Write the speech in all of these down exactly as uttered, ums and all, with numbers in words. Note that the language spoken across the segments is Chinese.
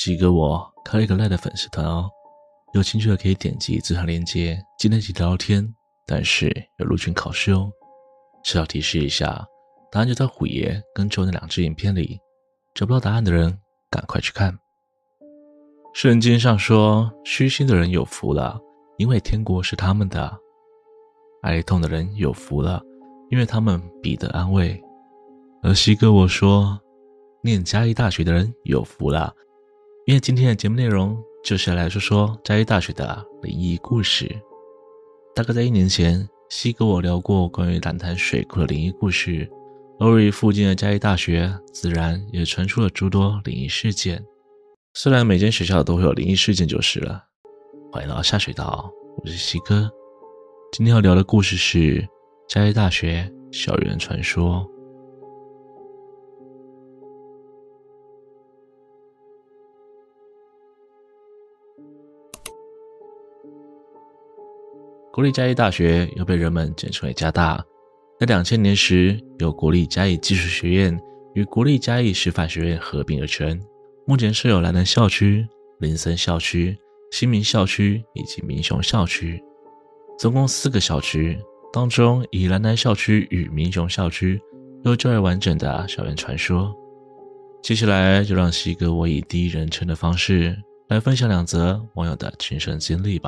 西哥我开了一个赖的粉丝团哦，有兴趣的可以点击资产链接进来一起聊聊天，但是有入群考试哦。是要提示一下，答案就在虎爷跟周那两支影片里，找不到答案的人赶快去看。圣经上说，虚心的人有福了，因为天国是他们的；哀痛的人有福了，因为他们必得安慰。而西哥我说，念嘉义大学的人有福了，因为今天的节目内容就是要来说说嘉义大学的灵异故事。大概在一年前，西哥我聊过关于蓝潭水库的灵异故事，而于附近的嘉义大学自然也传出了诸多灵异事件。虽然每间学校都会有灵异事件就是了。欢迎来到下水道，我是西哥。今天要聊的故事是嘉义大学校园传说。国立嘉义大学又被人们简称为嘉大，在两千年时由国立嘉义技术学院与国立嘉义师范学院合并而成，目前设有兰南校区、林森校区、新民校区以及民雄校区，总共四个校区，当中以兰南校区与民雄校区有较为完整的校园传说。接下来就让西哥我以第一人称的方式来分享两则网友的亲身经历吧。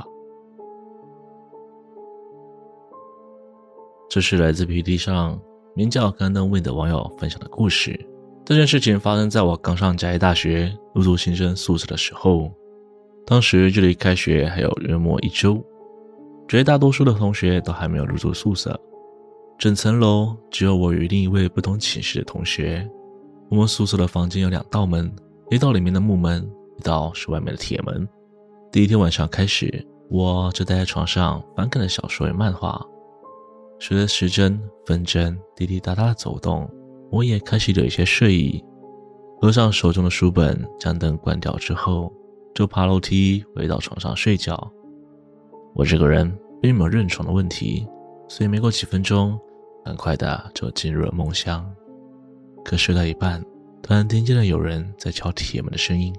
这是来自 P P T 上名叫甘登 Win 的网友分享的故事。这件事情发生在我刚上嘉义大学入住新生宿舍的时候，当时距离开学还有约莫一周，绝大多数的同学都还没有入住宿舍，整层楼只有我与另一位不同寝室的同学。我们宿舍的房间有两道门，一道里面的木门，一道是外面的铁门。第一天晚上开始，我就待在床上翻看着小说与漫画，随着时针、分针滴滴答答的走动，我也开始有一些睡意。合上手中的书本，将灯关掉之后，就爬楼梯回到床上睡觉。我这个人并没有认床的问题，所以没过几分钟，很快的就进入了梦乡。可睡到一半，突然听见了有人在敲铁门的声音。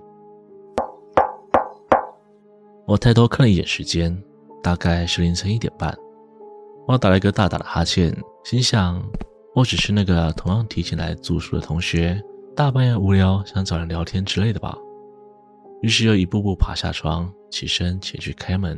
我抬头看了一眼时间，大概是凌晨一点半。我打了一个大大的哈欠，心想我只是那个同样提前来住宿的同学，大半夜无聊想找人聊天之类的吧。于是又一步步爬下床，起身前去开门。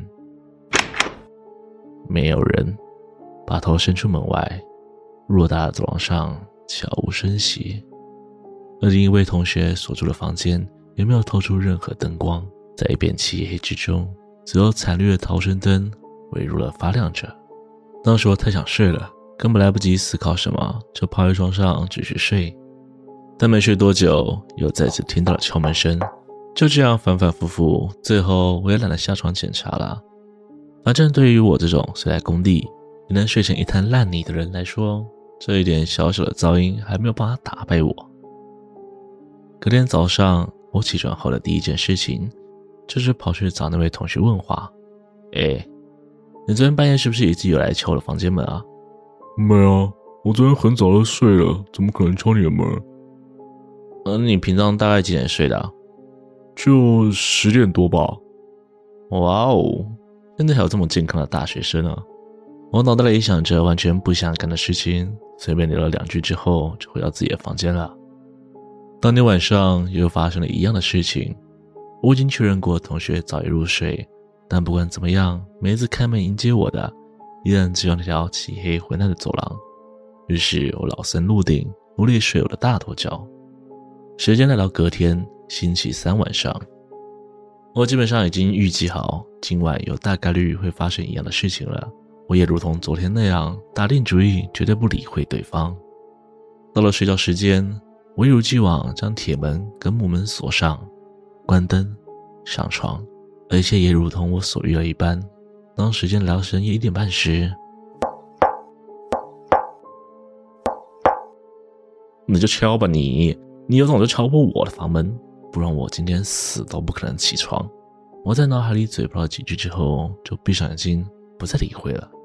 没有人，把头伸出门外，偌大的走廊上悄无声息，而另一位同学所住的房间也没有透出任何灯光，在一片漆黑之中，只有惨绿的逃生灯微弱地发亮着。当时我太想睡了，根本来不及思考什么，就趴在床上继续睡。但没睡多久，又再次听到了敲门声，就这样反反复复，最后我也懒得下床检查了。反正对于我这种睡在工地也能睡成一滩烂泥的人来说，这一点小小的噪音还没有办法打败我。隔天早上，我起床后的第一件事情就是跑去找那位同学问话。诶，你昨天半夜是不是一直有来敲我的房间门啊？ 没啊，我昨天很早就睡了，怎么可能敲你的门？ 呃，你平常大概几点睡的啊？ 就十点多吧。 哇哦，现在还有这么健康的大学生啊！我脑袋里想着完全不想干的事情，随便聊了两句之后就回到自己的房间了。当天晚上又发生了一样的事情，我已经确认过同学早已入睡，但不管怎么样，每一次开门迎接我的依然只有那条漆黑昏暗的走廊。于是我老僧入定，努力睡我的大头觉。时间来到隔天星期三晚上，我基本上已经预计好今晚有大概率会发生一样的事情了。我也如同昨天那样打定主意绝对不理会对方。到了睡觉时间，我一如既往将铁门跟木门锁上，关灯，上床，而一切也如同我所预料一般。当时间来到深夜一点半时，你就敲吧你，你有种就敲破我的房门，不然我今天死都不可能起床。我在脑海里嘴炮了几句之后，就闭上眼睛，不再理会了。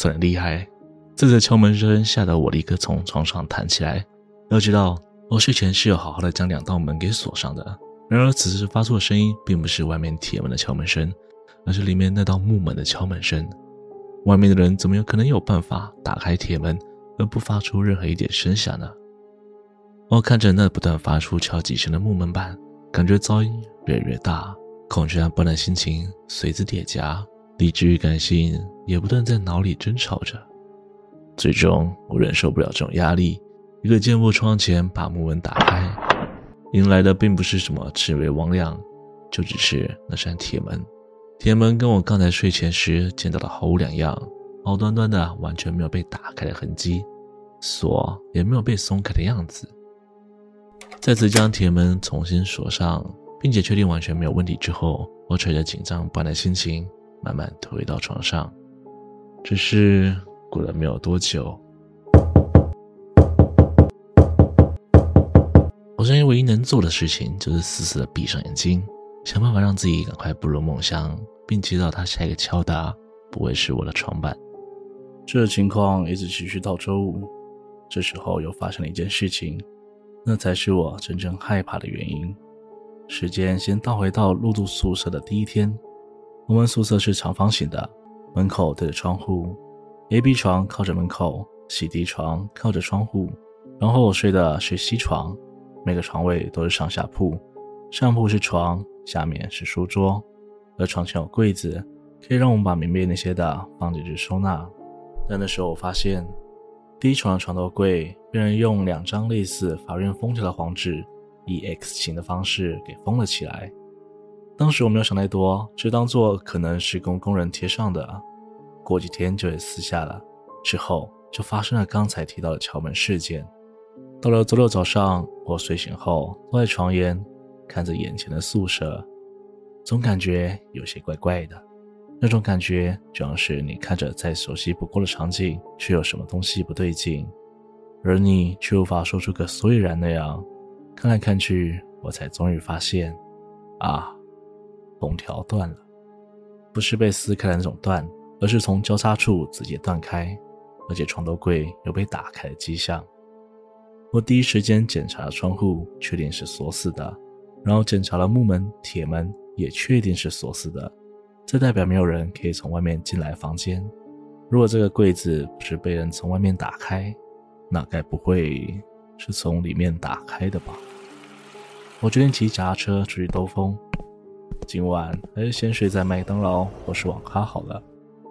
算得厉害。这次敲门声吓得我立刻从床上弹起来。要知道，我睡前是有好好的将两道门给锁上的。然而此时发出的声音并不是外面铁门的敲门声，而是里面那道木门的敲门声。外面的人怎么有可能有办法打开铁门而不发出任何一点声响呢？我看着那不断发出敲击声的木门板，感觉噪音越来越大，恐惧和不安的心情随之叠加，理智与感性也不断在脑里争吵着。最终我忍受不了这种压力，一个箭步冲前把木门打开，迎来的并不是什么魑魅魍魉，就只是那扇铁门。铁门跟我刚才睡前时见到的毫无两样，好端端的完全没有被打开的痕迹，锁也没有被松开的样子。再次将铁门重新锁上，并且确定完全没有问题之后，我揣着紧张不安的心情慢慢退回到床上。只是过了没有多久，我现在唯一能做的事情就是死死地闭上眼睛，想办法让自己赶快步入梦乡，并祈祷他下一个敲打不会是我的床板。这情况一直持续到周五，这时候又发生了一件事情，那才是我真正害怕的原因。时间先倒回到入住宿舍的第一天，我们宿舍是长方形的，门口对着窗户， A B 床靠着门口，洗涤床靠着窗户，然后我睡的是西床，每个床位都是上下铺，上铺是床，下面是书桌，而床前有柜子，可以让我们把棉被那些的放进去收纳。但那时候我发现，第一床的床头柜被人用两张类似法院封条的黄纸，以 X 型的方式给封了起来。当时我没有想太多，只当作可能是工工人贴上的，过几天就会撕下了。之后就发生了刚才提到的敲门事件。到了周六早上，我睡醒后坐在床沿，看着眼前的宿舍，总感觉有些怪怪的。那种感觉就像是你看着再熟悉不过的场景，却有什么东西不对劲，而你却无法说出个所以然那样。看来看去，我才终于发现，啊，封条断了。不是被撕开的那种断，而是从交叉处直接断开，而且床头柜有被打开的迹象。我第一时间检查了窗户，确定是锁死的，然后检查了木门、铁门，也确定是锁死的。这代表没有人可以从外面进来房间。如果这个柜子不是被人从外面打开，那该不会是从里面打开的吧？我决定骑脚踏车出去兜风，今晚还是先睡在麦当劳或是网咖好了。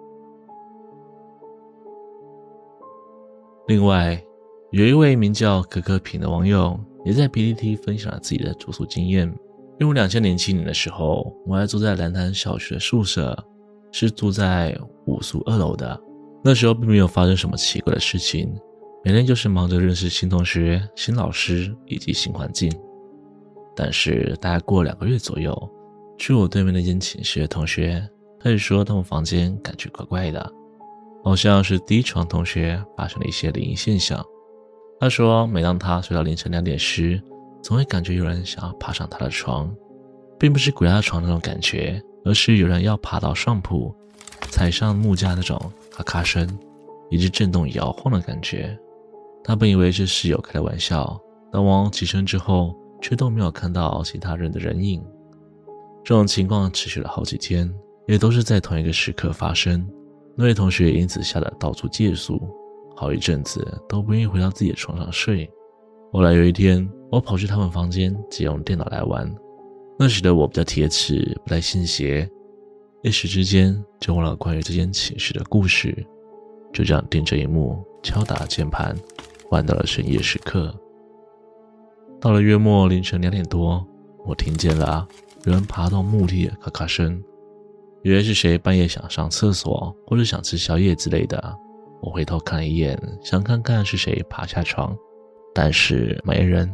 另外，有一位名叫可可品的网友也在 P T T 分享了自己的住宿经验。因为两千零七年的时候，我还住在蓝潭小学宿舍，是住在五宿二楼的。那时候并没有发生什么奇怪的事情，每天就是忙着认识新同学、新老师以及新环境。但是大概过了两个月左右，去我对面那间寝室的同学开始说他们房间感觉怪怪的，好像是第一床同学发生了一些灵异现象。他说每当他睡到凌晨两点时，总会感觉有人想要爬上他的床，并不是鬼压床那种感觉，而是有人要爬到上铺，踩上木架那种咔咔声，以及震动摇晃的感觉。他本以为是室友开的玩笑，但往往起身之后，却都没有看到其他人的人影。这种情况持续了好几天，也都是在同一个时刻发生。那位同学因此吓得到处借宿，好一阵子都不愿意回到自己的床上睡。后来有一天，我跑去他们房间借用电脑来玩。那时的我比较铁齿，不太信邪，一时之间就忘了关于这间寝室的故事，就这样盯着荧幕敲打键盘，玩到了深夜时刻。到了月末凌晨两点多，我听见了有人爬动木梯的咔咔声，以为是谁半夜想上厕所或者想吃宵夜之类的。我回头看了一眼，想看看是谁爬下床，但是没人。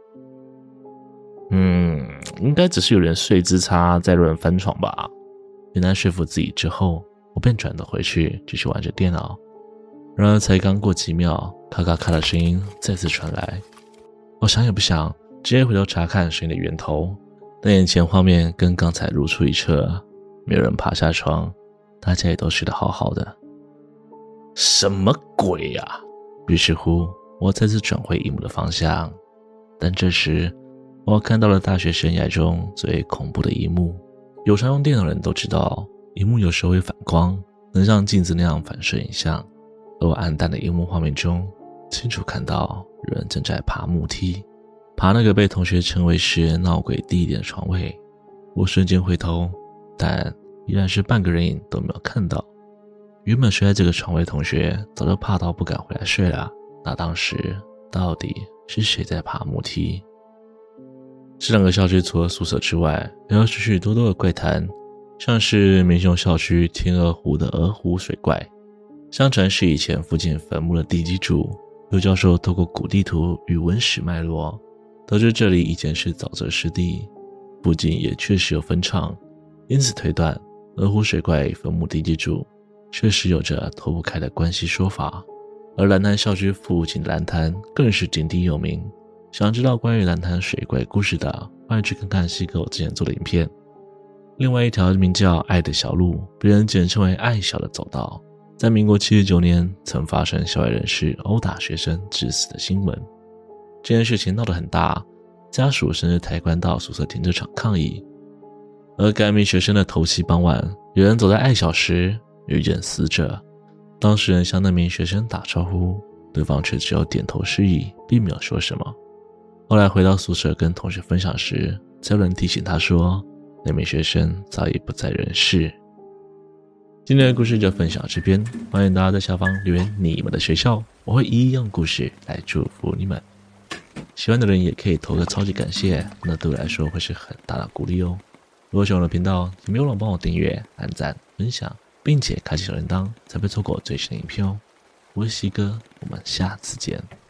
嗯，应该只是有人睡姿差在乱翻床吧。简单说服自己之后，我便转头回去继续玩着电脑。然而才刚过几秒，咔咔咔的声音再次传来。我想也不想，直接回头查看声音的源头，但眼前画面跟刚才如出一辙，没有人爬下床，大家也都睡得好好的。 什么鬼呀？于是乎，我再次转回荧幕的方向，但这时我看到了大学生涯中最恐怖的一幕。有常用电脑的人都知道，荧幕有时候会反光，能像镜子那样反射影像。而我暗淡的荧幕画面中，清楚看到人正在爬木梯，爬那个被同学称为是闹鬼地点的床位。我瞬间回头，但依然是半个人影都没有看到。原本睡在这个床位的同学早就怕到不敢回来睡了，那当时到底是谁在爬木梯？这两个校区除了宿舍之外，还有许许多多的怪谈，像是民雄校区天鹅湖的鹅湖水怪，相传是以前附近坟墓的地基主。刘教授透过古地图与文史脉络，得知这里以前是沼泽湿地，附近也确实有坟场，因此推断鹅湖水怪坟墓地基主确实有着脱不开的关系说法。而蓝潭校区附近的蓝潭更是鼎鼎有名，想知道关于蓝潭水怪故事的，欢迎去看看西哥我之前做的影片。另外一条名叫爱的小路，别人简称为爱小的走道，在民国七十九年曾发生校外人士殴打学生致死的新闻。这件事情闹得很大，家属甚至抬棺到宿舍停车场抗议。而该名学生的头七傍晚，有人走在爱小时遇见死者，当事人向那名学生打招呼，对方却只有点头示意，并没有说什么。后来回到宿舍跟同学分享时，才有人提醒他说，那名学生早已不在人世。今天的故事就分享到这边，欢迎大家在下方留言你们的学校，我会一一用故事来祝福你们。喜欢的人也可以投个超级感谢，那对我来说会是很大的鼓励哦。如果喜欢我的频道，请别忘了帮我订阅、按赞、分享，并且开启小铃铛，才不会错过最新的影片哦。我是西哥，我们下次见。